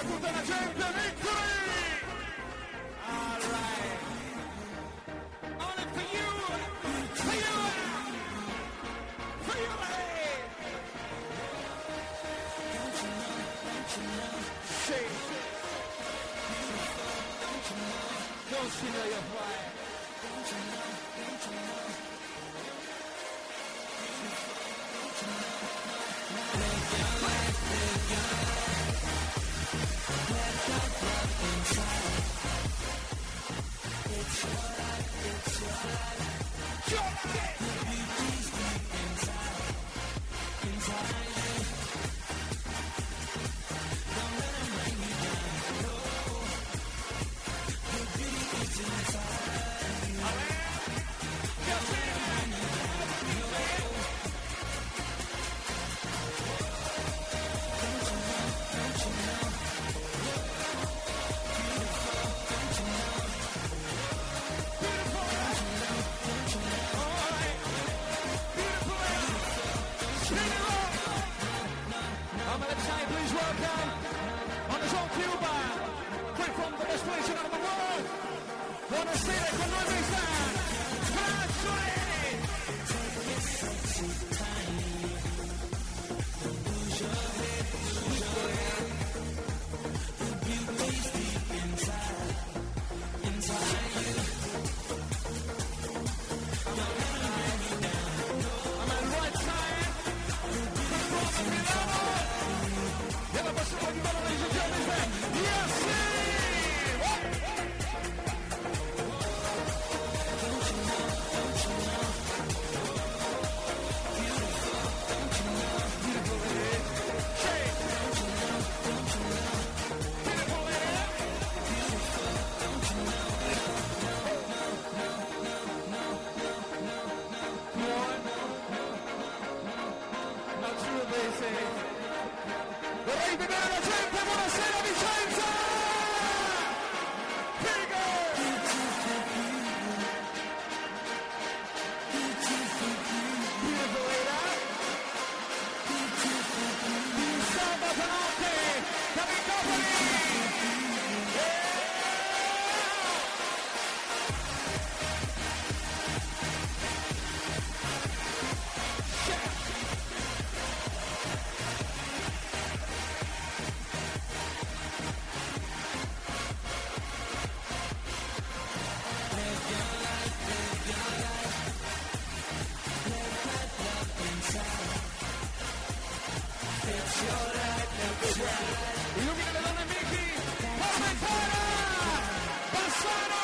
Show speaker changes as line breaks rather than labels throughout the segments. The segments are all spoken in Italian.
tutta la gente, victory! Alright. Only for you, for you, for you, shake. Don't you know you're flying? Vorrei vedere la gente, buonasera Vicenza! Figo! Beautiful lady! Di sabato notte, Capitopoli! Illumina le donne Miki, Momentana, Bassano.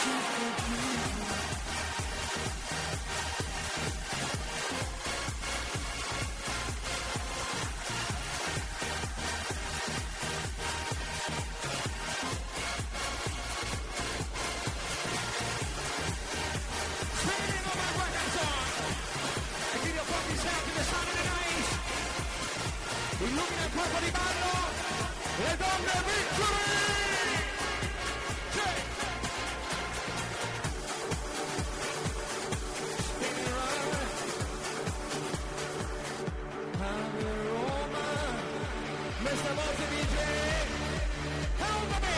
Spinning on my right-hand side. I give you a fucking sound to the sound of the night. Illumina il corpo di ballo, le donne victory! Check! Spinning around, I'm a Roma, Mr. Multi DJ, help me!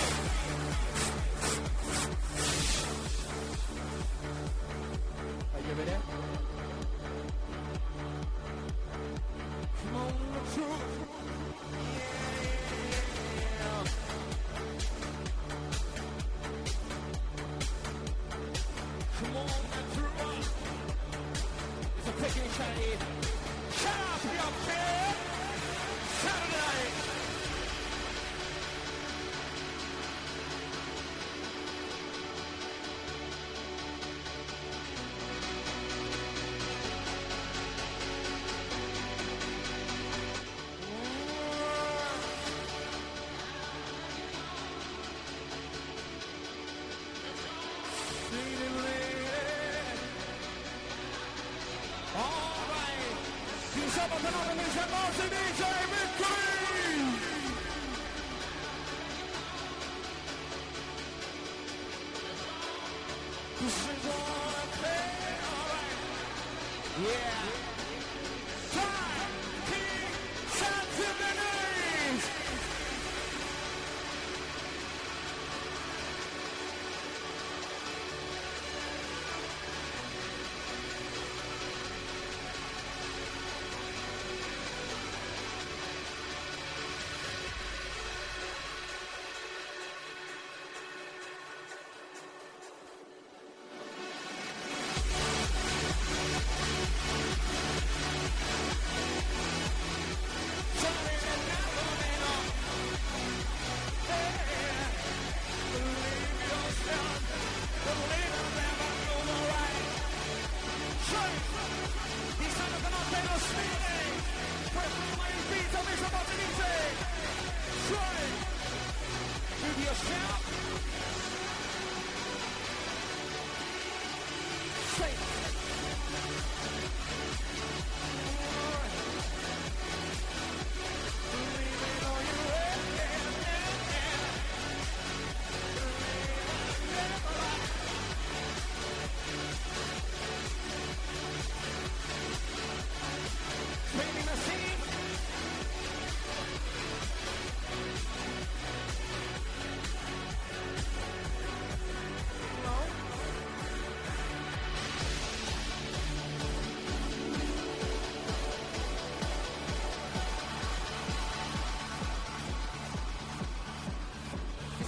Voglio vedere? Come on, true. Come on, true. It's a picking shady. Shout out to your kid. Saturday.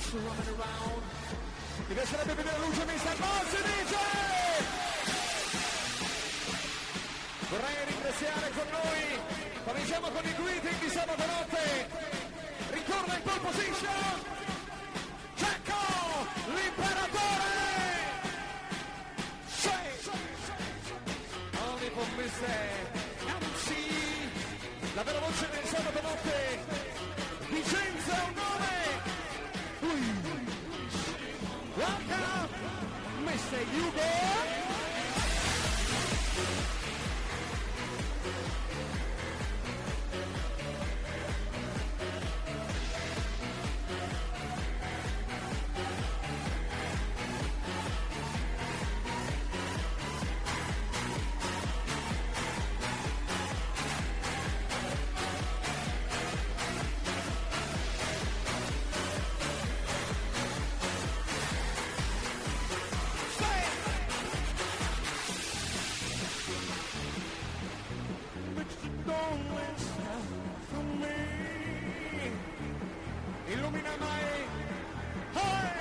running around. Mi piacerebbe vedere la luce mista al Mozzi, DJ! Vorrei ringraziare con noi, cominciamo con il greeting di sabato notte. Ritorna in pole position, Cecco, l'imperatore! Only for Mr. MC, la vera voce del sabato notte, Vicenza è un nome! Welcome, Mr. Hugo! Illumina mai. Hey!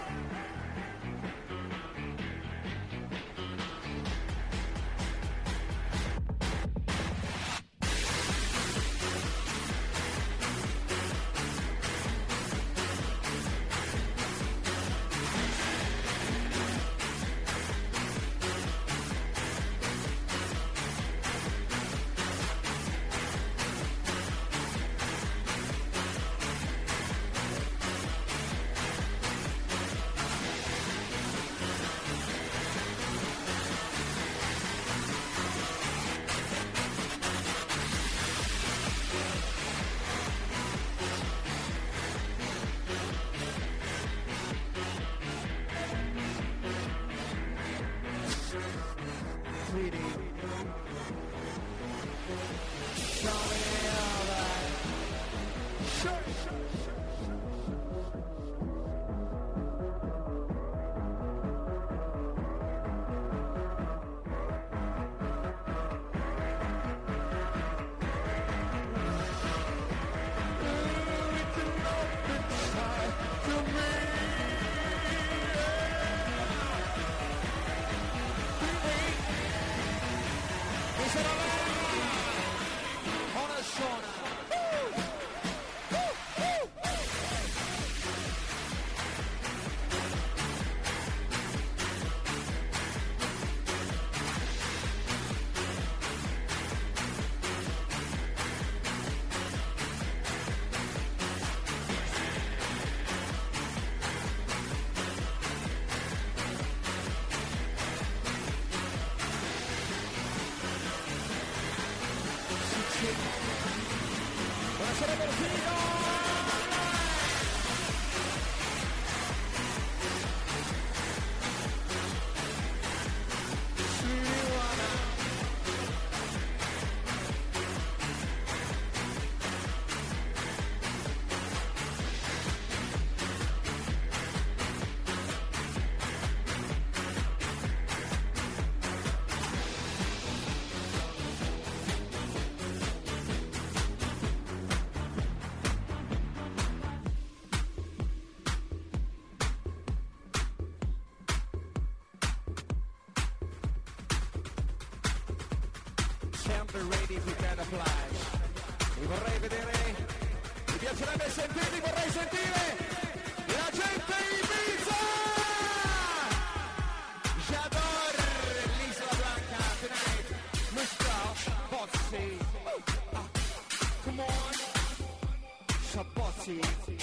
Buonasera Morfino! Ready to get a flash. Mi vorrei vedere, mi piacerebbe sentirli, vorrei sentire la gente in Ibiza! J'adore l'Isola Blanca tonight, Mr. Bozzi. Come on, Shabozzi.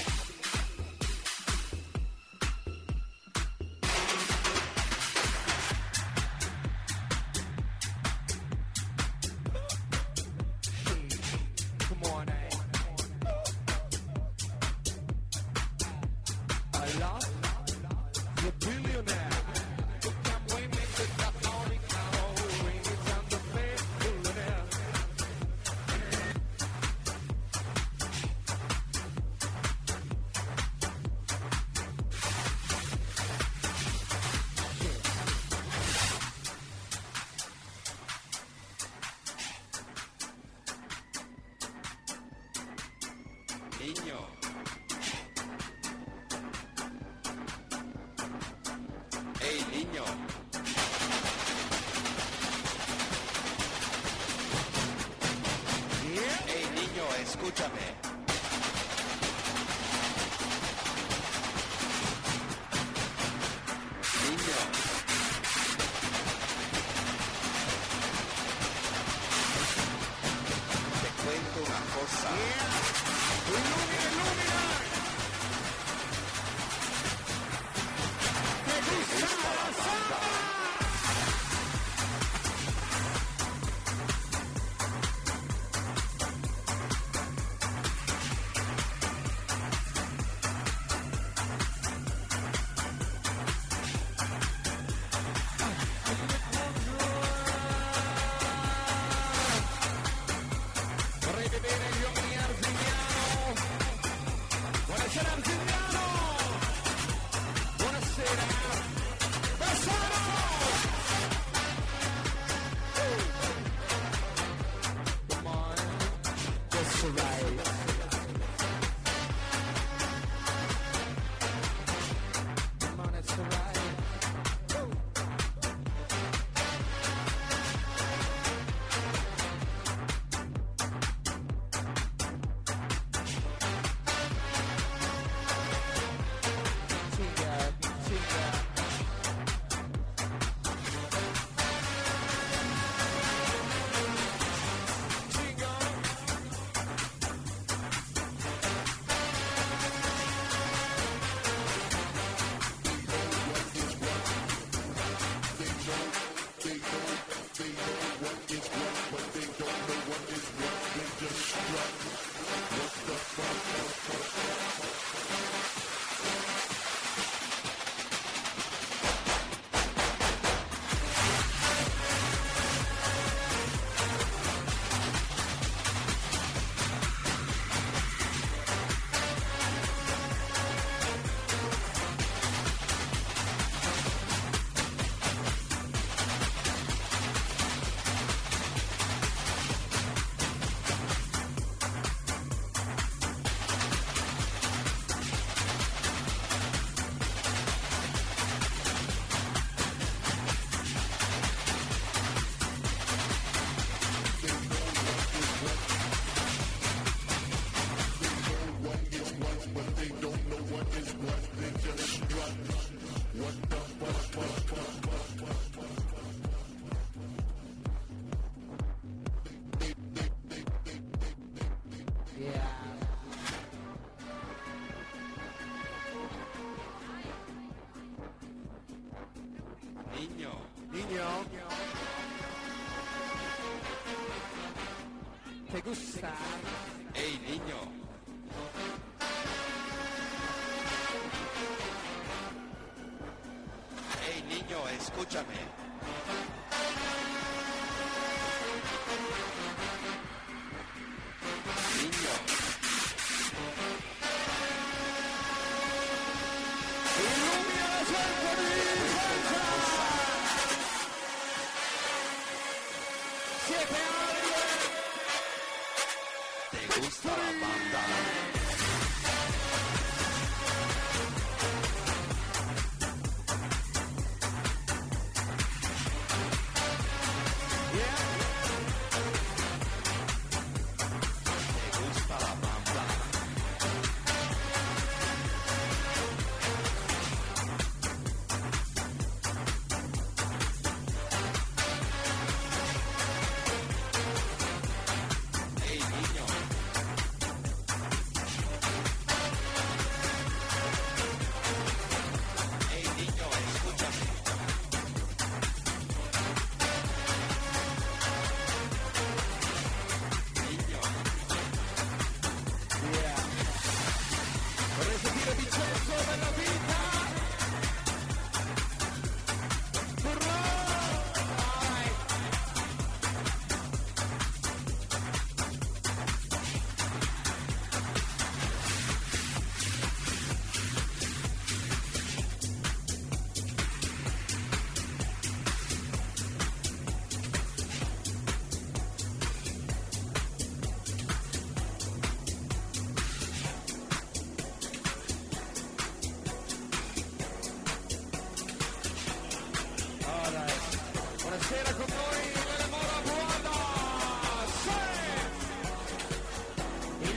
escúchame. Niño. Te cuento una cosa.
Illumina, illumina.
¿Te gusta la banda?
Vorrei vedere gli uomini Arzignano. Buonasera Arzignano. Buonasera. Bassano. Come on. That's right. Come on, it's right.
Niño.
Niño. ¿Te gusta?
Hey, niño. Hey, niño, escúchame. Niño.
Illumina la gente di Vicenza! Siete aria!
¿Te gusta la banda? ¿Te gusta la banda? Hey, niño. Hey, niño, escúchame. Niño.
Vorrei sentire Vincenzo della vita! Burro! Vai! Buonasera con noi, Lele Mora Buona! Sì!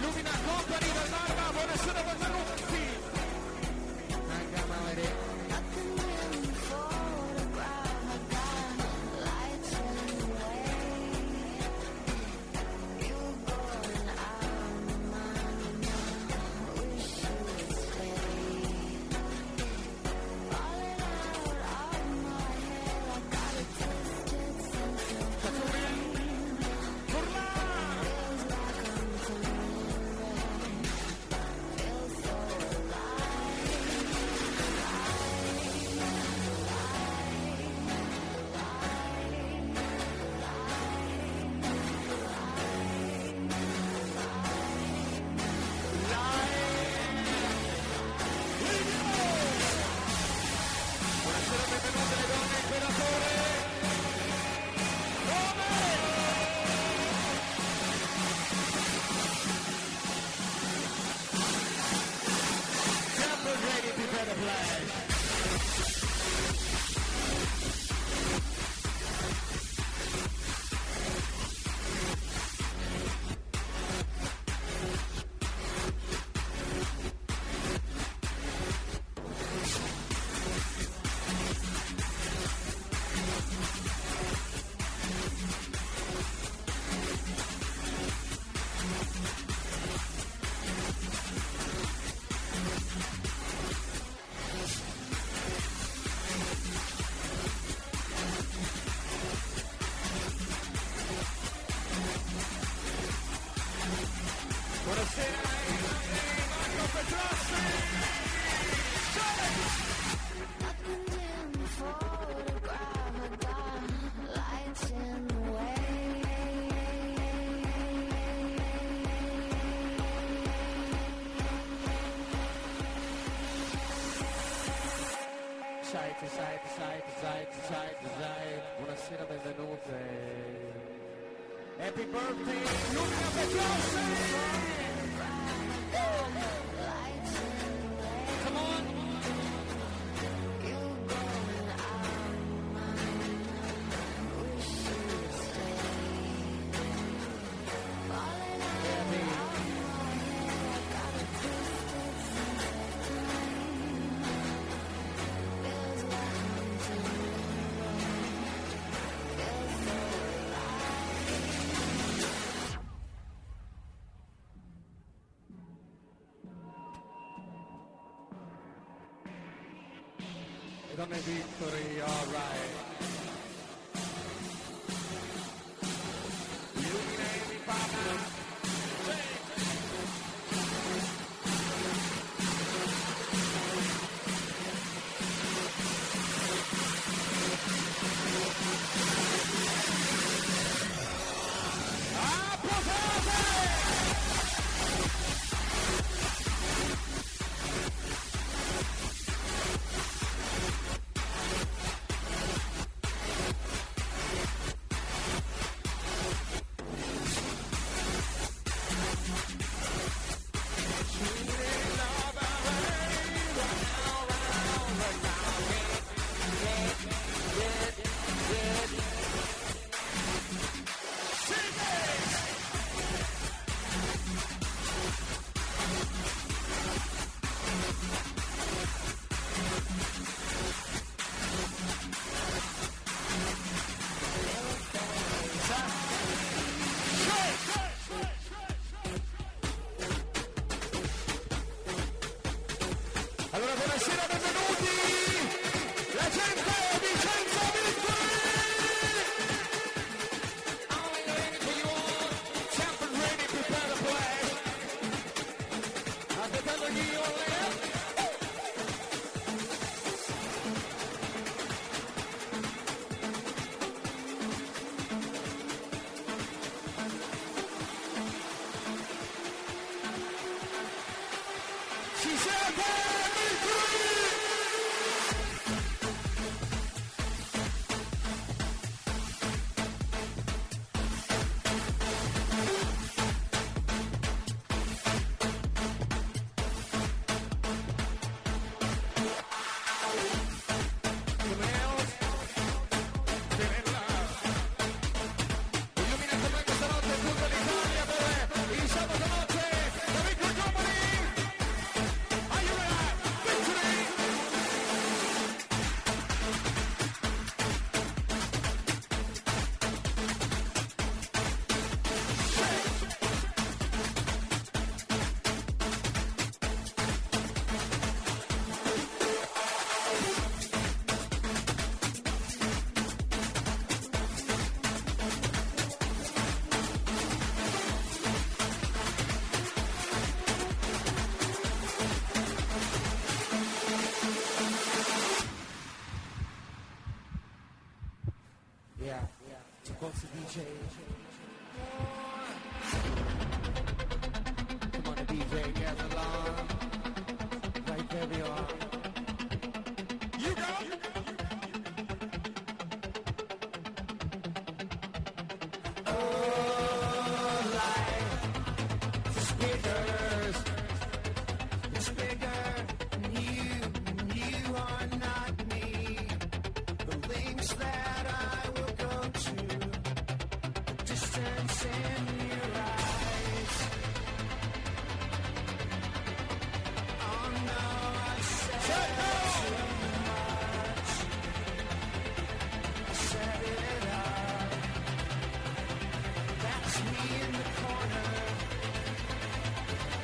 Buonasera, benvenute. Happy birthday, Luca Petrossi! Come on! Donne Victory, all right. Illuminati, Papa. Allora, buonasera, benvenuti! La gente di Vicenza Victory! Aspettando gli ci siete! Bossy DJ. Come on, the DJ, get along. Right there we are. You go! Oh, life is bigger. It's bigger than you are not me. The links that I will go to, distance in your eyes. Oh no, I said too much. I set it up. That's me in the corner.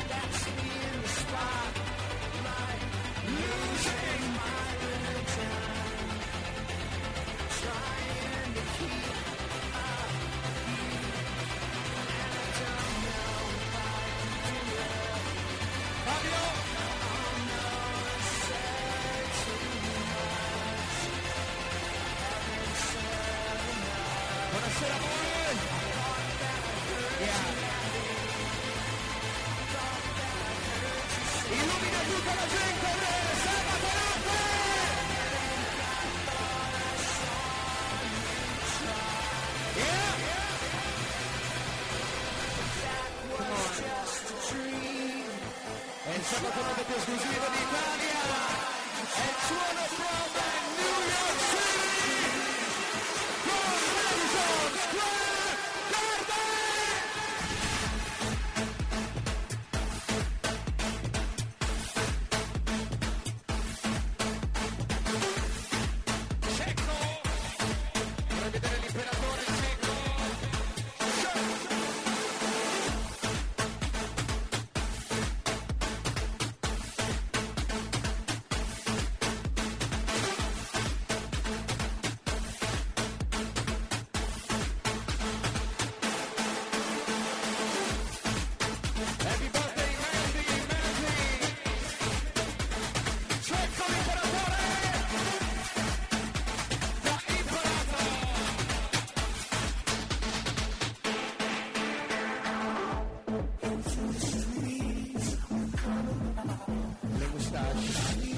Illumina tutta la gente, sabato notte! Yeah! È il sabato notte più esclusivo d'Italia! È il suono from New York City! Con Madison Square Garden! Secco! Vorrei vedere l'imperatore Secco! Happy birthday, Mandy, Mandy! Secco l'imperatore! Da imparato! Le mustache.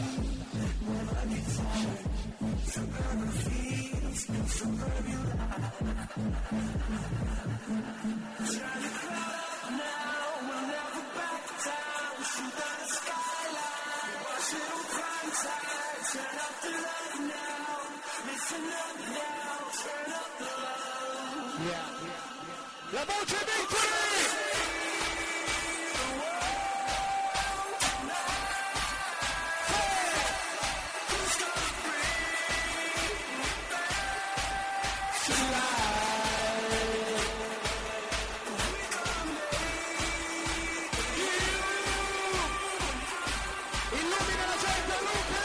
La voce Victory! Illumina la gente, Luca!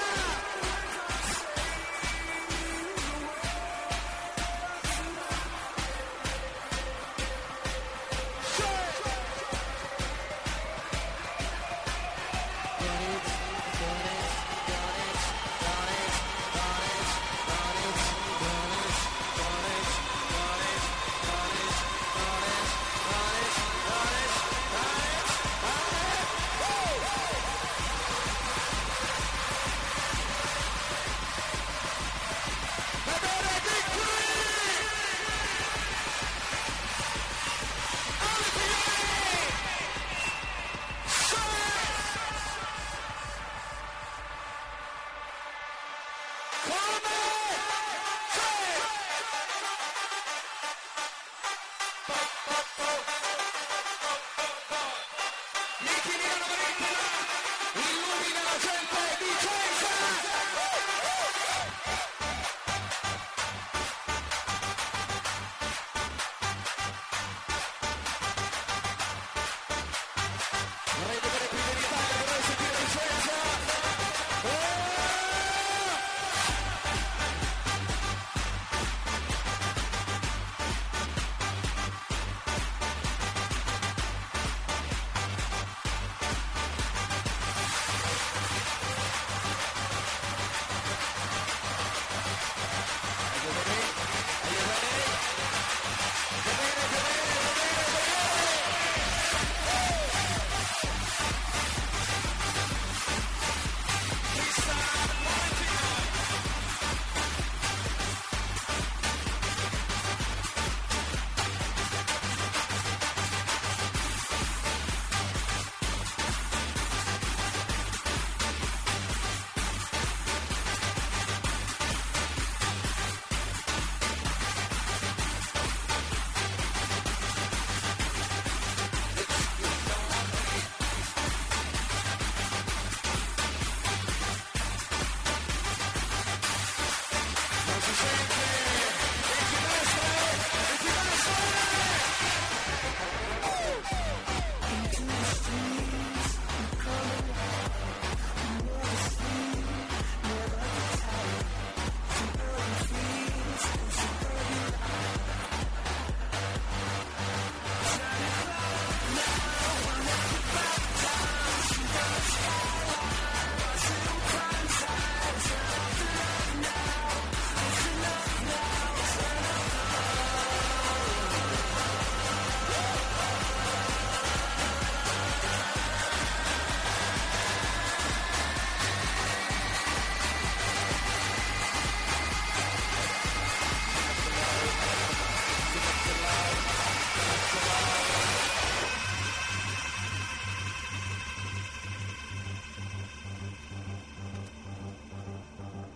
Illumina la gente, Vicenza! Vorrei vedere più in Italia, vorrei sentire Vicenza!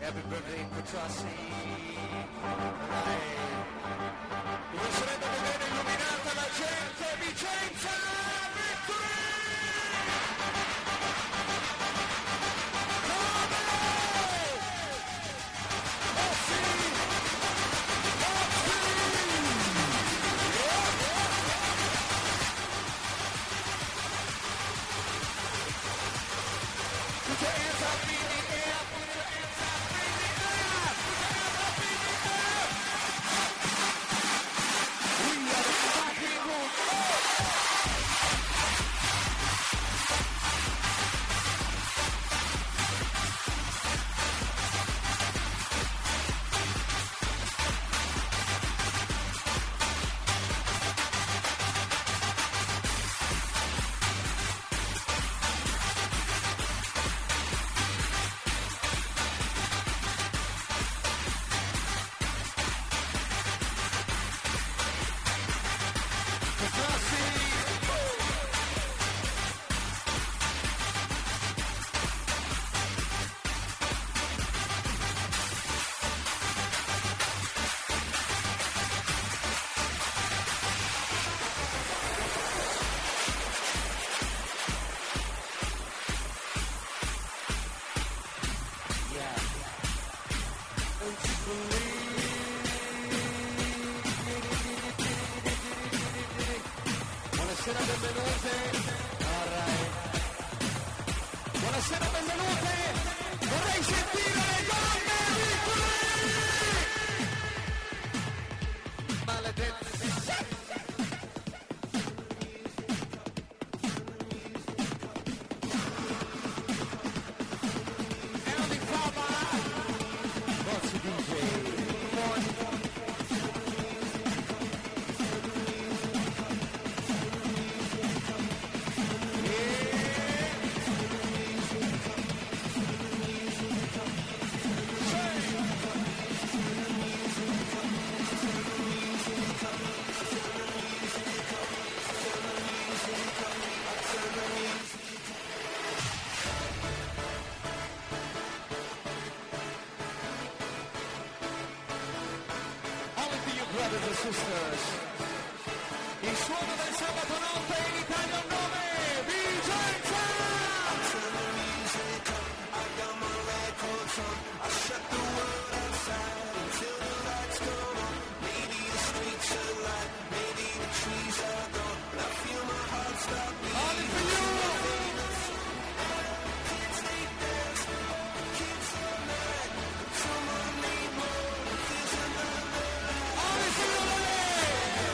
Happy birthday Kuchasi. Inizierete a vedere illuminata la gente, Vicenza, Victory! Buonasera, benvenute. Buonasera, benvenute. Vorrei sentire le donne piccole. Maledette. Andy Fava. Bozzi DJ. Brothers and sisters, il suono del sabato notte in Italia un nome, Vicenza! Only for you! Only for you!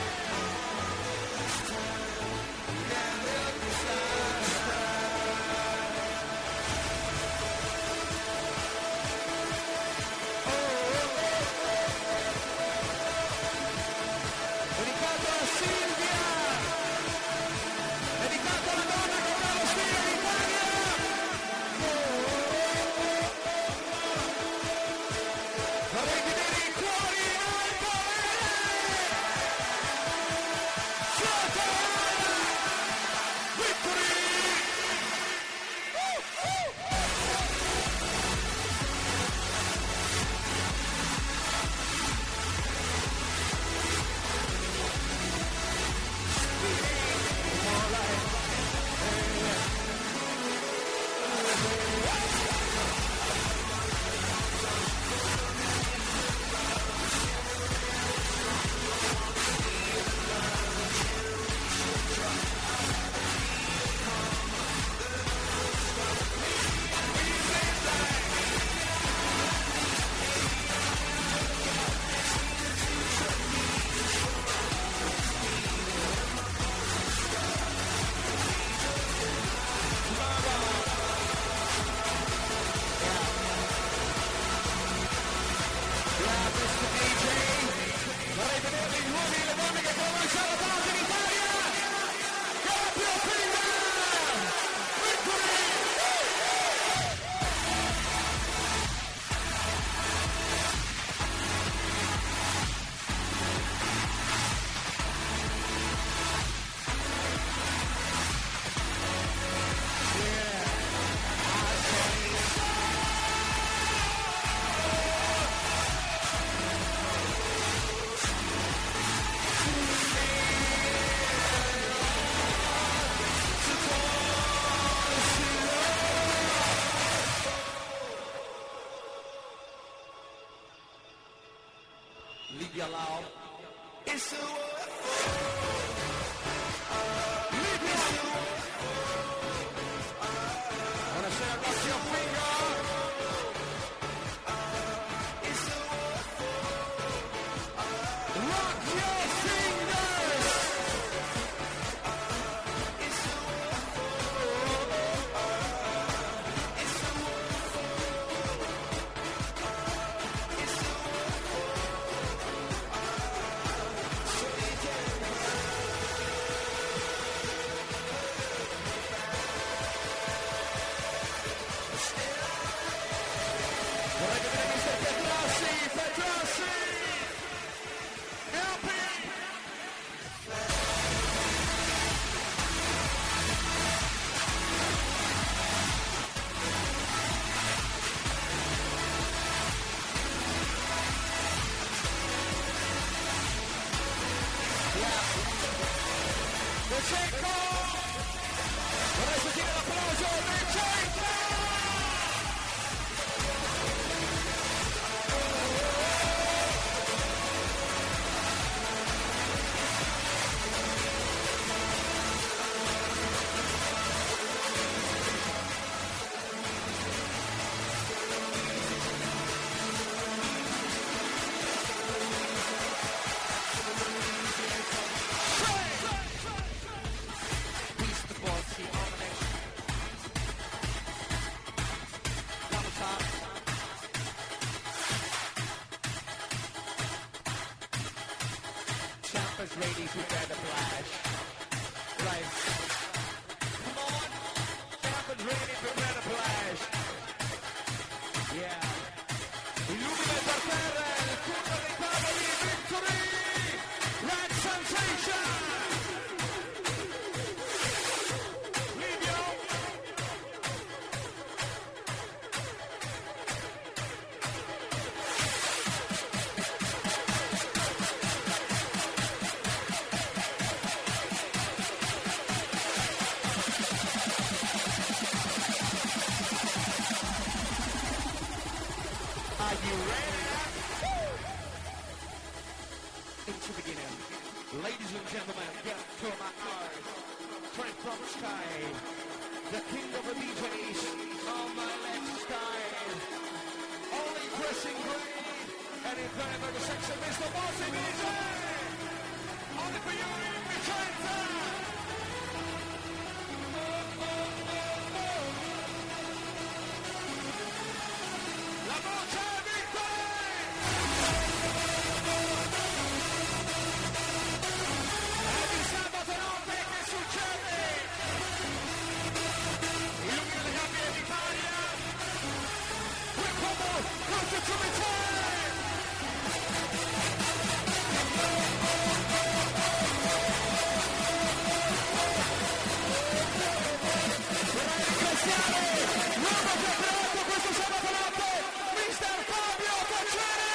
allow.
It's a
Wanna say rock your finger? Rock your fingers! Vorrei vedere Mr. Petrassi! Help me! Vicento! Vorrei sentire l'applauso, Vicento!
Beast Boys, the Omination. Double top. Champers ready, prepare the flash. Right. Come on. Champers ready, prepare the flash. Yeah.
Illumina il parterre, il turno dei tavoli, Victory! Red Sensation! Livio!
Are you ready? Into beginning. Ladies and gentlemen, get to my eyes. Straight from the sky. The king of the DJs on my left side. Only pressing grade. And in very, very sexy Mr. Bossy DJ. Only for you in Vicenza. La voce Victory! E di sabato notte che succede? Illumina le gabbie d'Italia! Welcome to Civitate! Vorrei ringraziare l'uomo che ha creato questo sabato notte, Mr. Fabio Cacceri!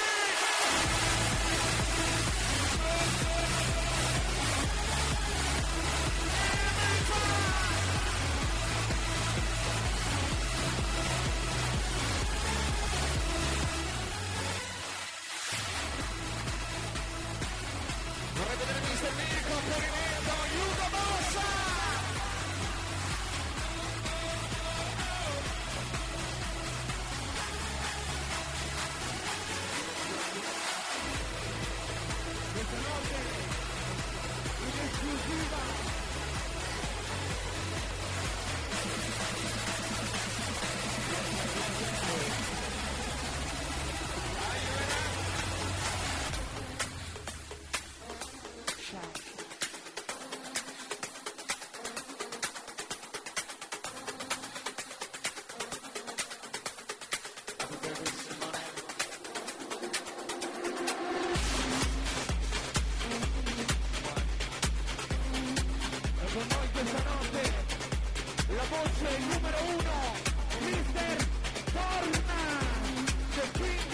Vorrei vedere Mr. Nico, Polimento, Hugo Bossa! Questa notte in esclusiva con noi questa notte la voce numero uno, Mr. Torna, The King.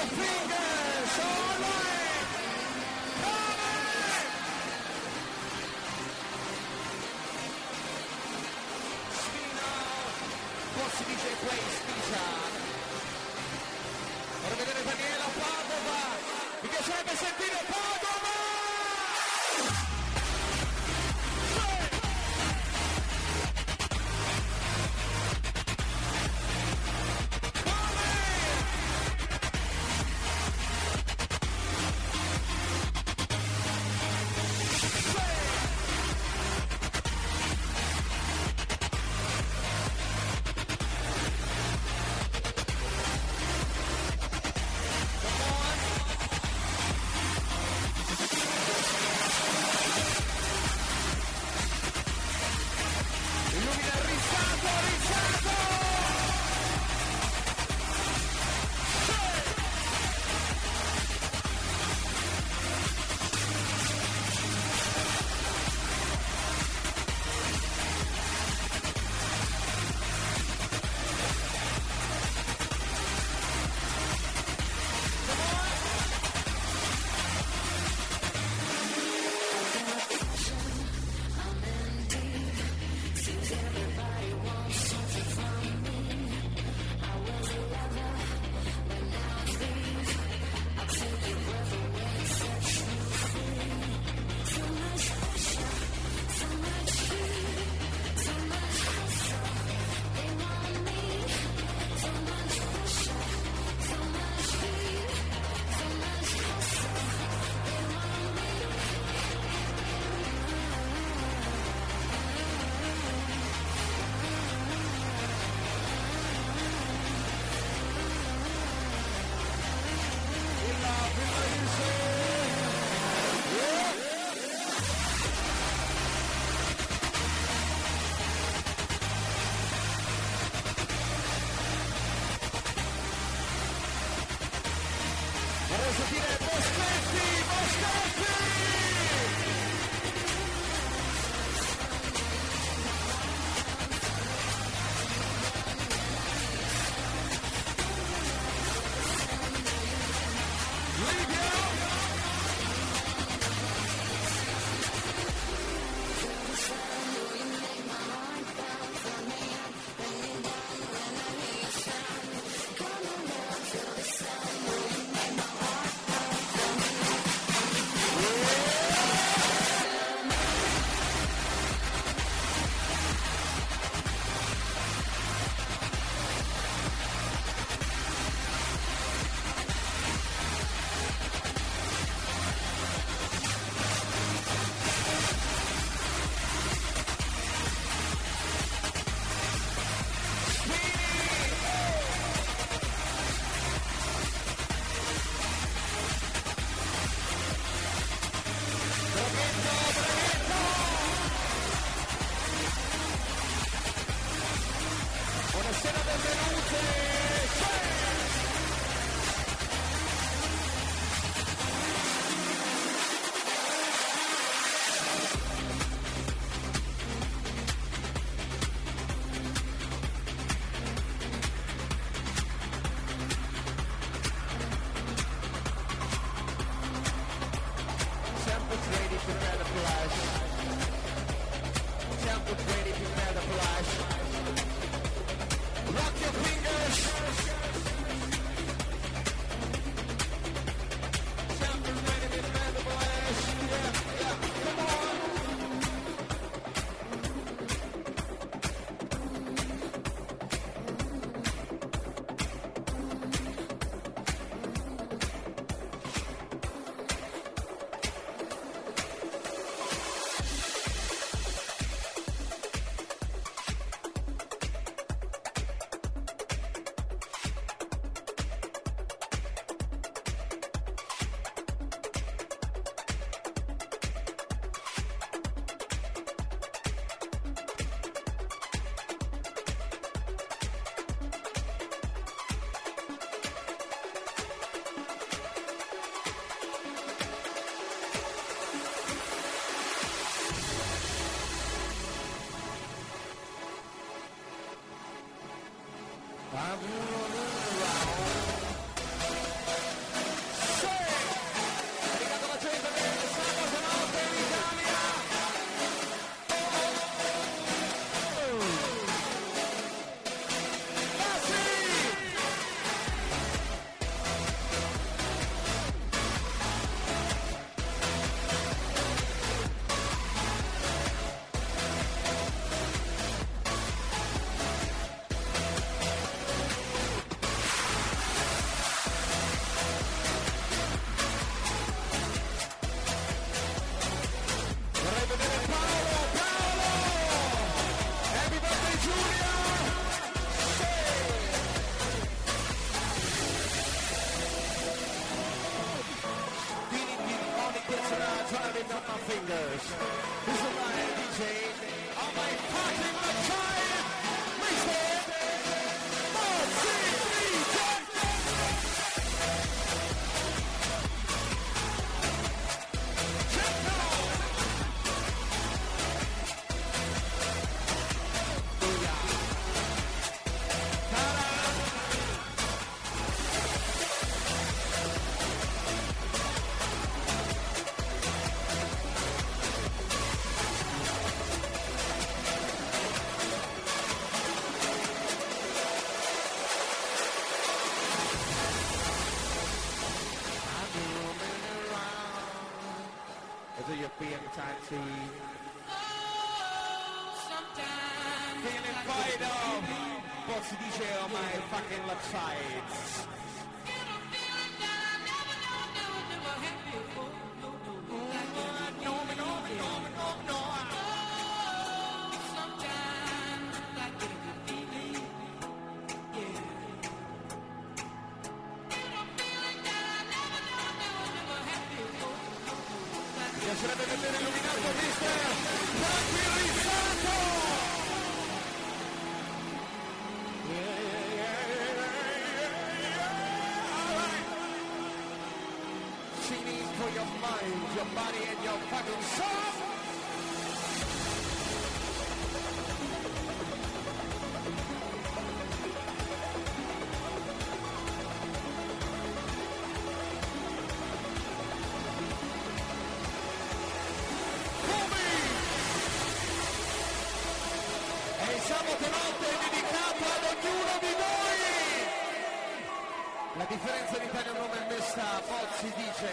your fingers, all right. Come on. Spino, Boss DJ Play, Spisa. Vorrei vedere Daniela Padova. Mi piacerebbe sentire Padova. turning on my fingers. This is my DJ on my fucking left side. Mr. Moxie DJ. Check out. Taxi. Feeling fired up. What's the DJ on my fucking left side? Piacerebbe vedere illuminato mister tranquillizzato. Singing for your mind, your body and your fucking soul. Sabato notte è dedicato ad ognuno di voi. La differenza di Italia nome è messa Bozzi DJ.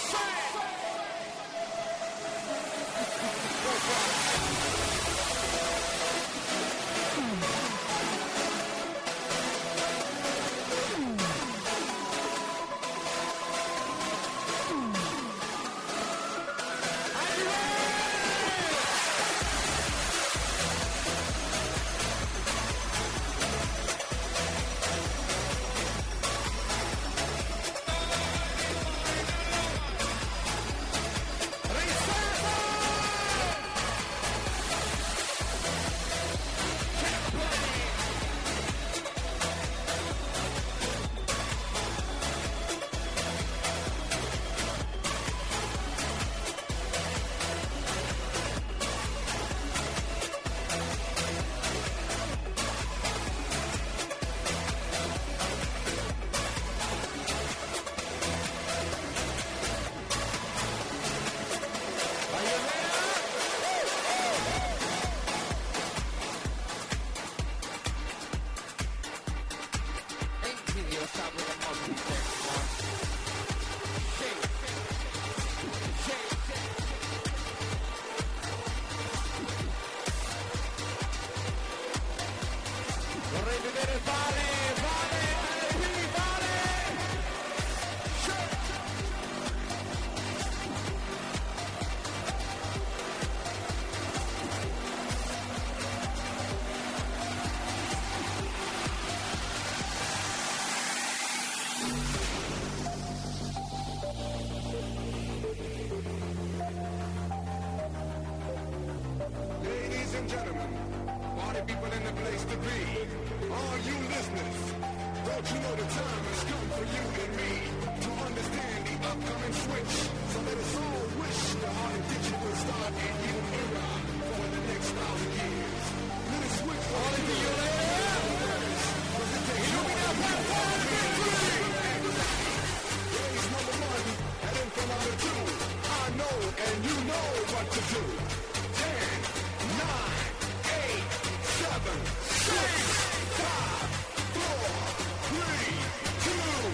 Vorrei vedere Vale.
Ladies and gentlemen, party people in the place to be. All you listeners, don't you know the time has come for you and me to understand the upcoming switch? So let us all wish the artificial will start a new era for the next 1,000 years. Let us switch for all of you later. Raise number one and then for number two. I know and you know what to do. 10, 9, 8, 7, 6, 5, 4, 3, 2,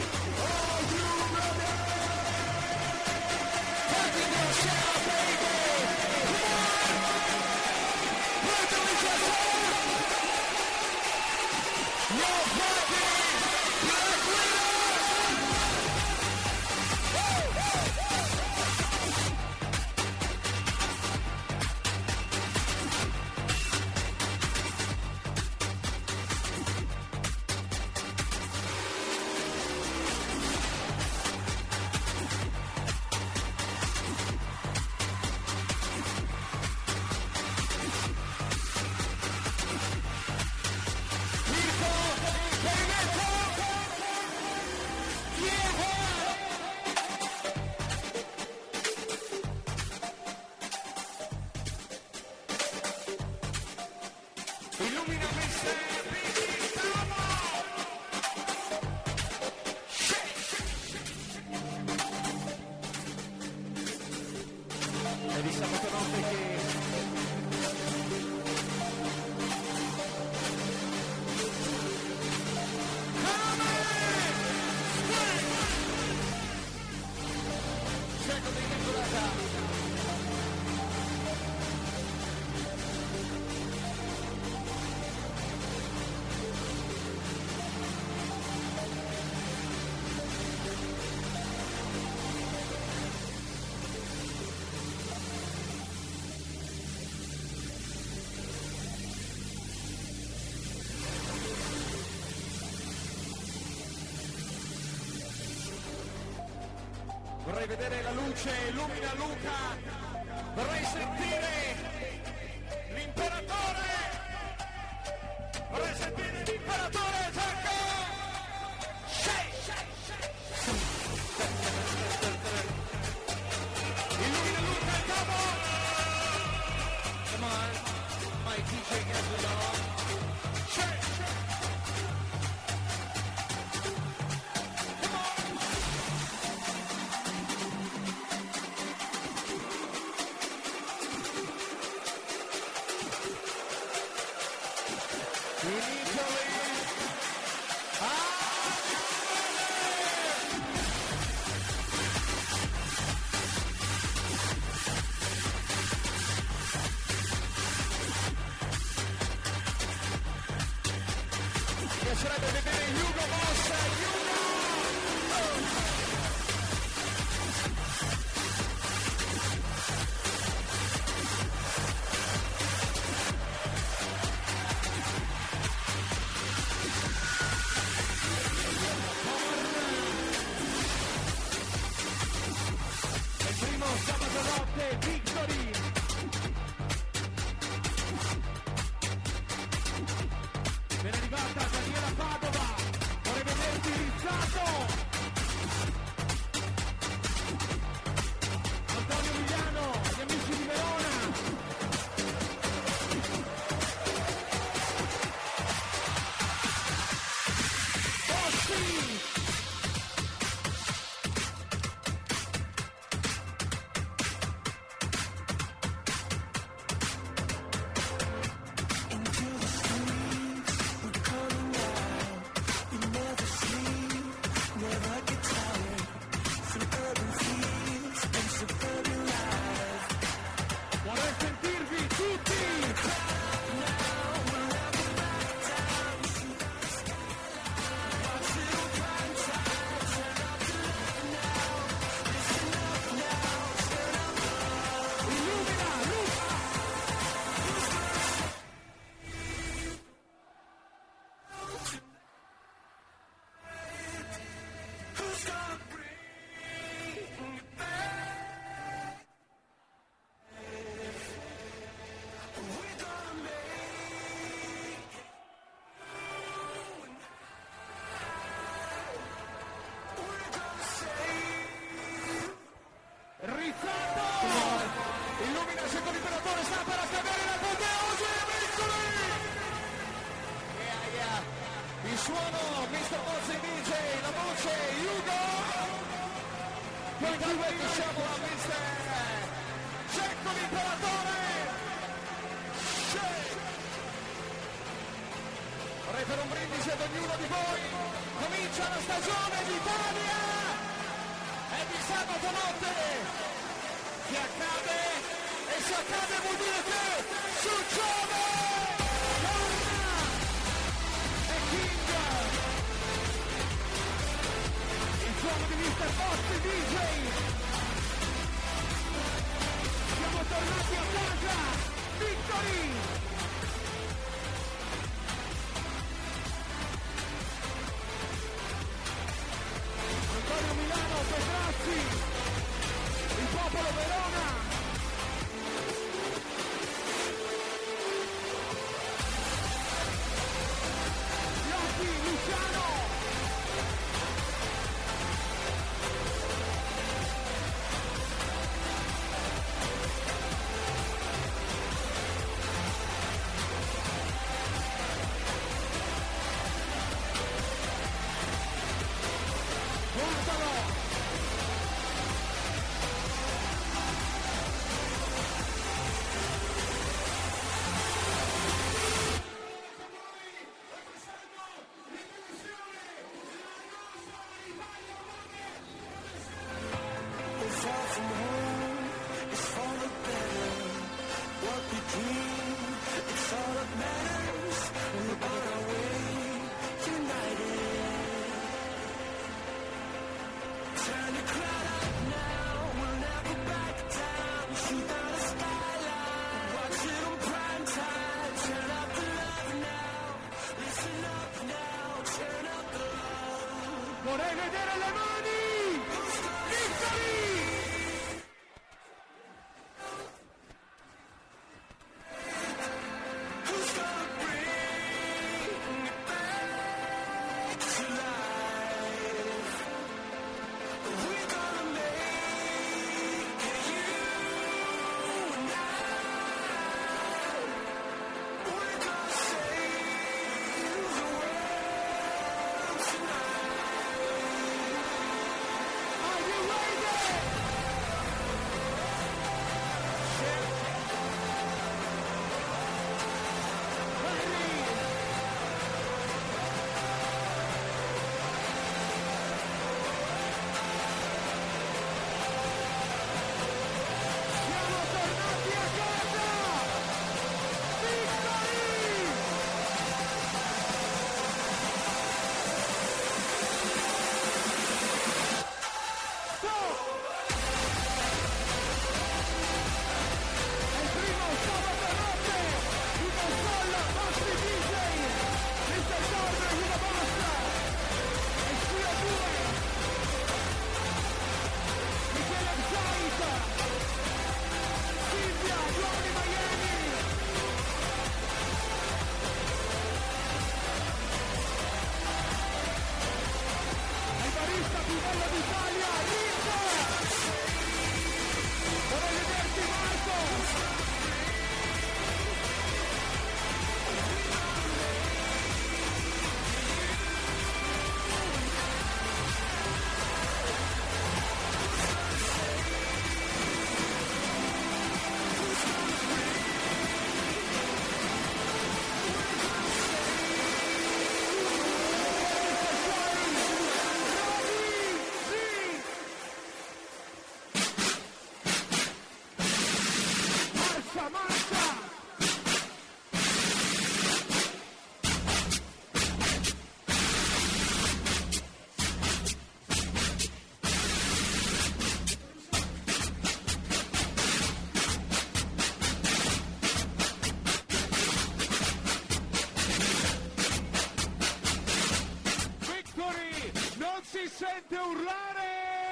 Vorrei vedere la luce, illumina Luca. Vorrei sentire l'imperatore. Vorrei sentire l'imperatore, Giacco. Illumina Luca, il capo. Come on, my DJ gets it on. Piacerebbe vedere Hugo Boss, Hugo! È il primo sabato notte, Victory! Ben arrivata Daniela Padova, vorrei vederti rizzato. Antonio Miliano, gli amici di Verona. Bossi. Suono, Mr. Ozzy DJ, la voce, Hugo! Poi diciamo a Mr. Cecco l'imperatore! Vorrei fare un brindisi ad ognuno di voi! Comincia la stagione d'Italia! È di sabato notte! Che accade? E se accade vuol dire che succede! Suono di Mr. Ozzy DJ. Siamo tornati a casa. Victory. Antonio Milano, Petrazzi, il popolo Verona. Lotti, Luciano. Vorrei vedere le mani!
sente urlare!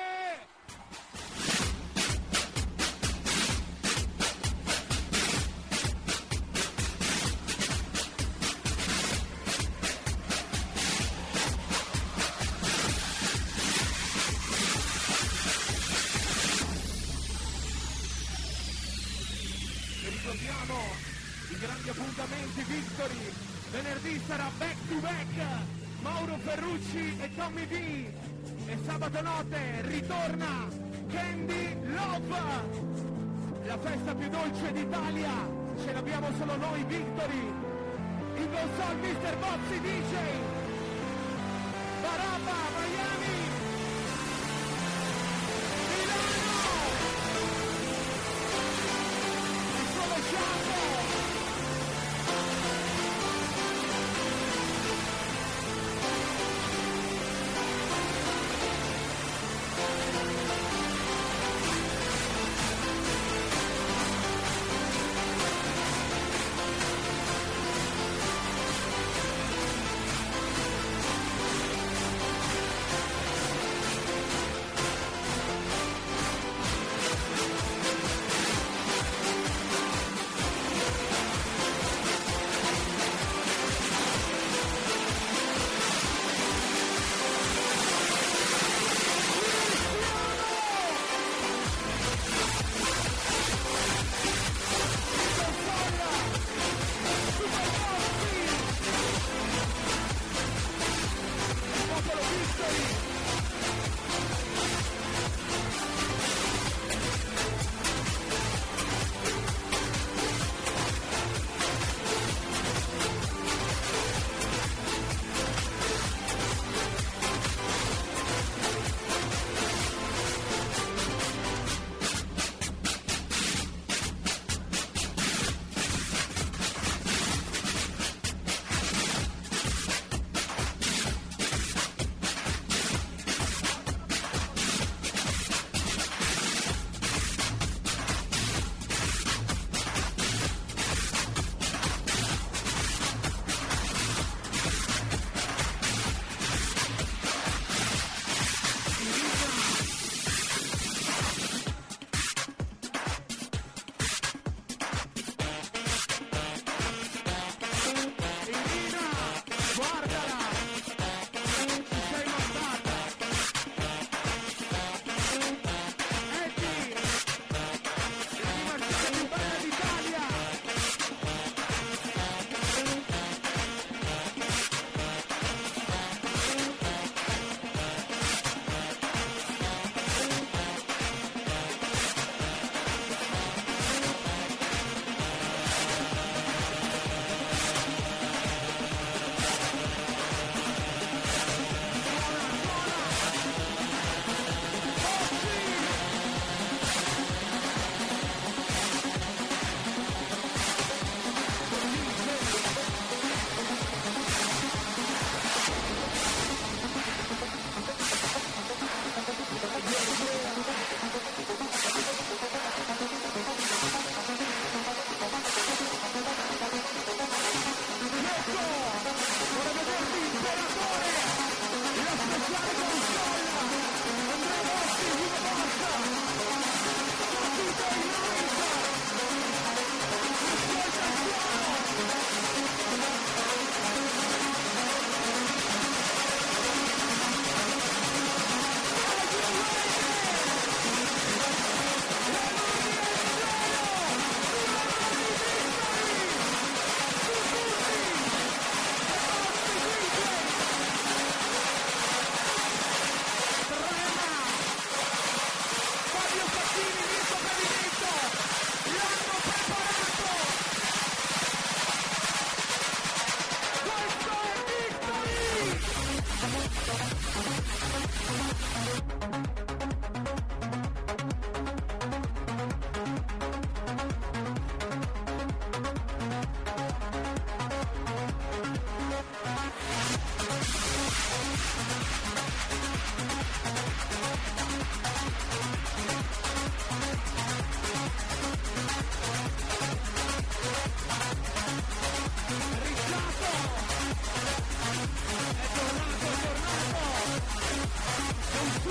E ricordiamo i grandi appuntamenti Victory. Venerdì sarà back to back Mauro Ferrucci e Tommy D. E sabato notte ritorna Candy Love, la festa più dolce d'Italia. Ce l'abbiamo solo noi Victory. In console Mr. Bozzi DJ, Barabba, Miami, Milano, e solo Ciampo.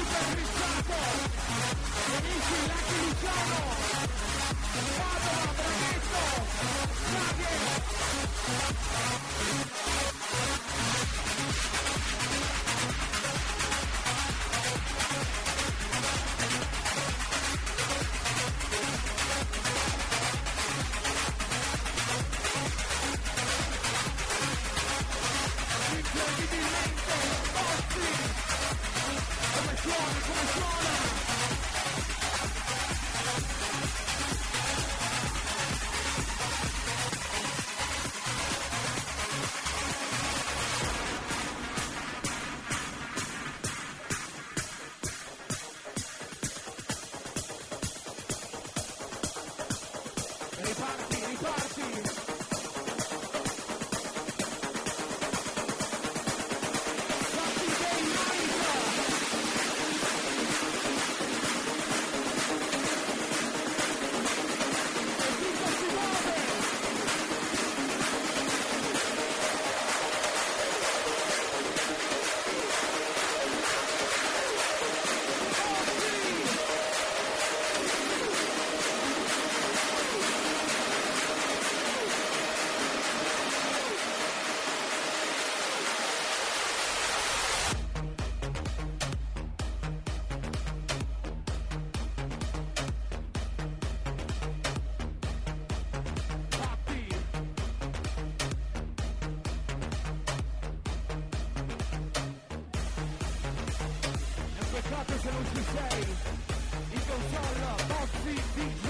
super fissato, amici, Lucky Luciano, Padova, Braghetto, Xavier. Incredibilmente, Bozzi, come suona, come suona. Riparti, riparti. Peccato se non ci sei, in console, Bozzi DJ.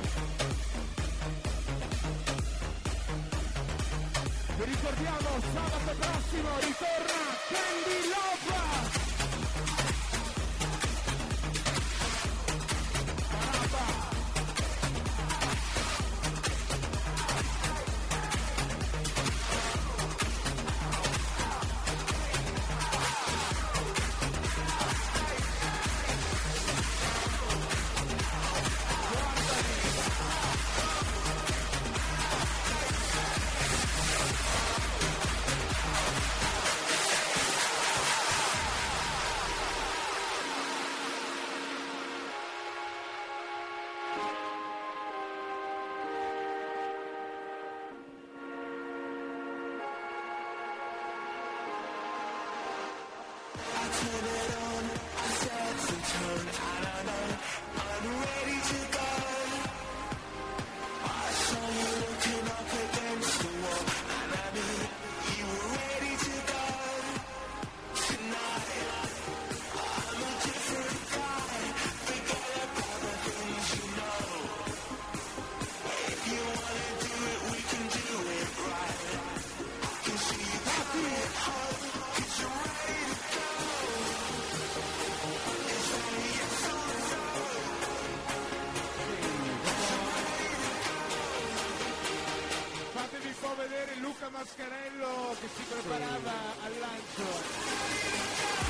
Vi ricordiamo, sabato prossimo ritorna Candy Love. Vedere Luca Mascarello che si preparava al lancio.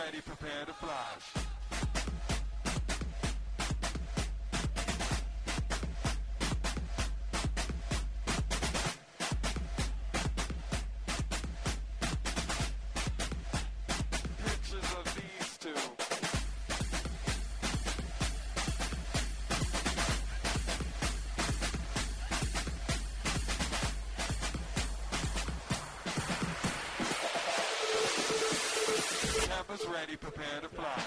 ready, prepare to fly. Pictures of these two. Campus ready, prepare to fly.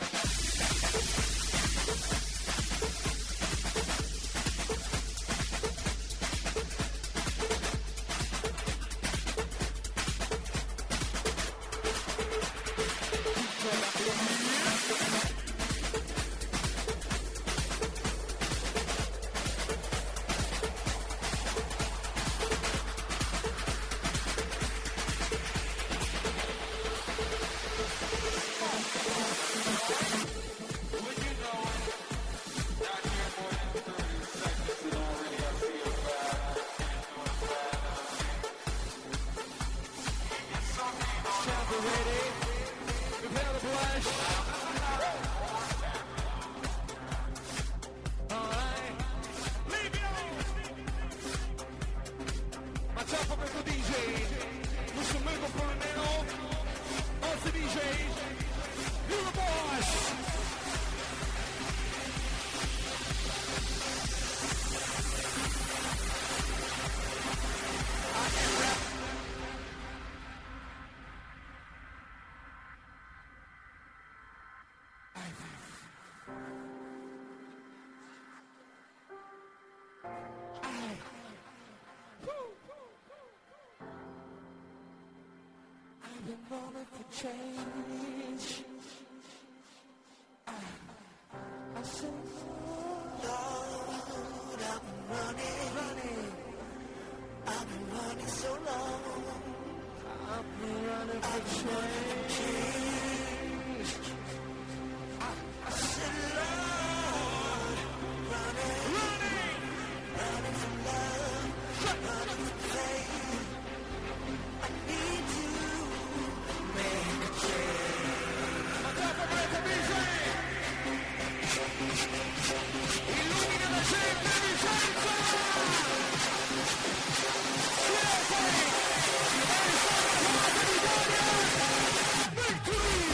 Wanted to change. I said, Lord, I've been running. I've been running so long. I've been running for change. I said, Lord, running from love, running from faith. I need to make a change.
Ma dopo Marco DJ! Illumina la gente, Vicenza! Siete! E sono la vittoria! Victory!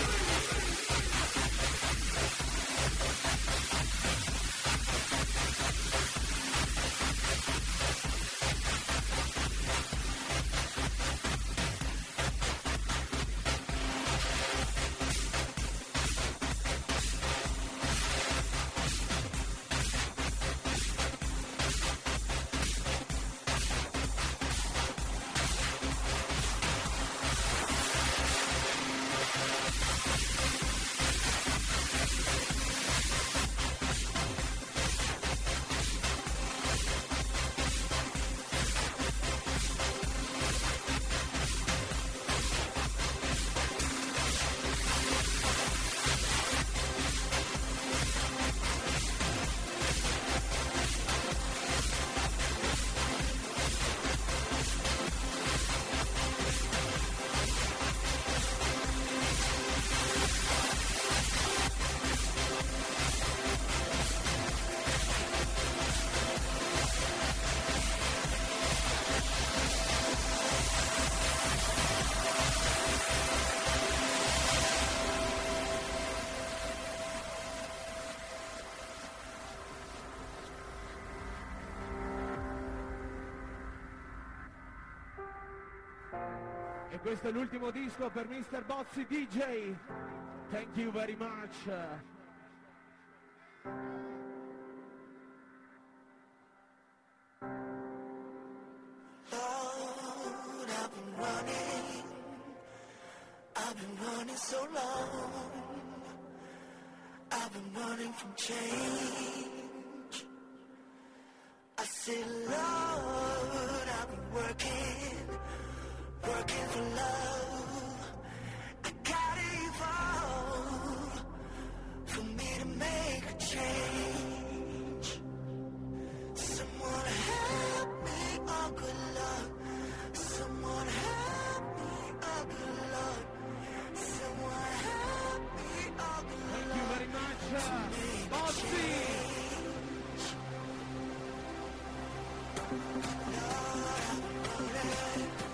E questo è l'ultimo disco per Mr. Bozzi DJ. Thank you very much.
Lord, I've been running so long. I've been running from change. I said, Lord, I've been working for love. I gotta evolve for me to make a change. Someone help me, oh good Lord. Someone help me, oh good Lord. Someone help me,
Lord,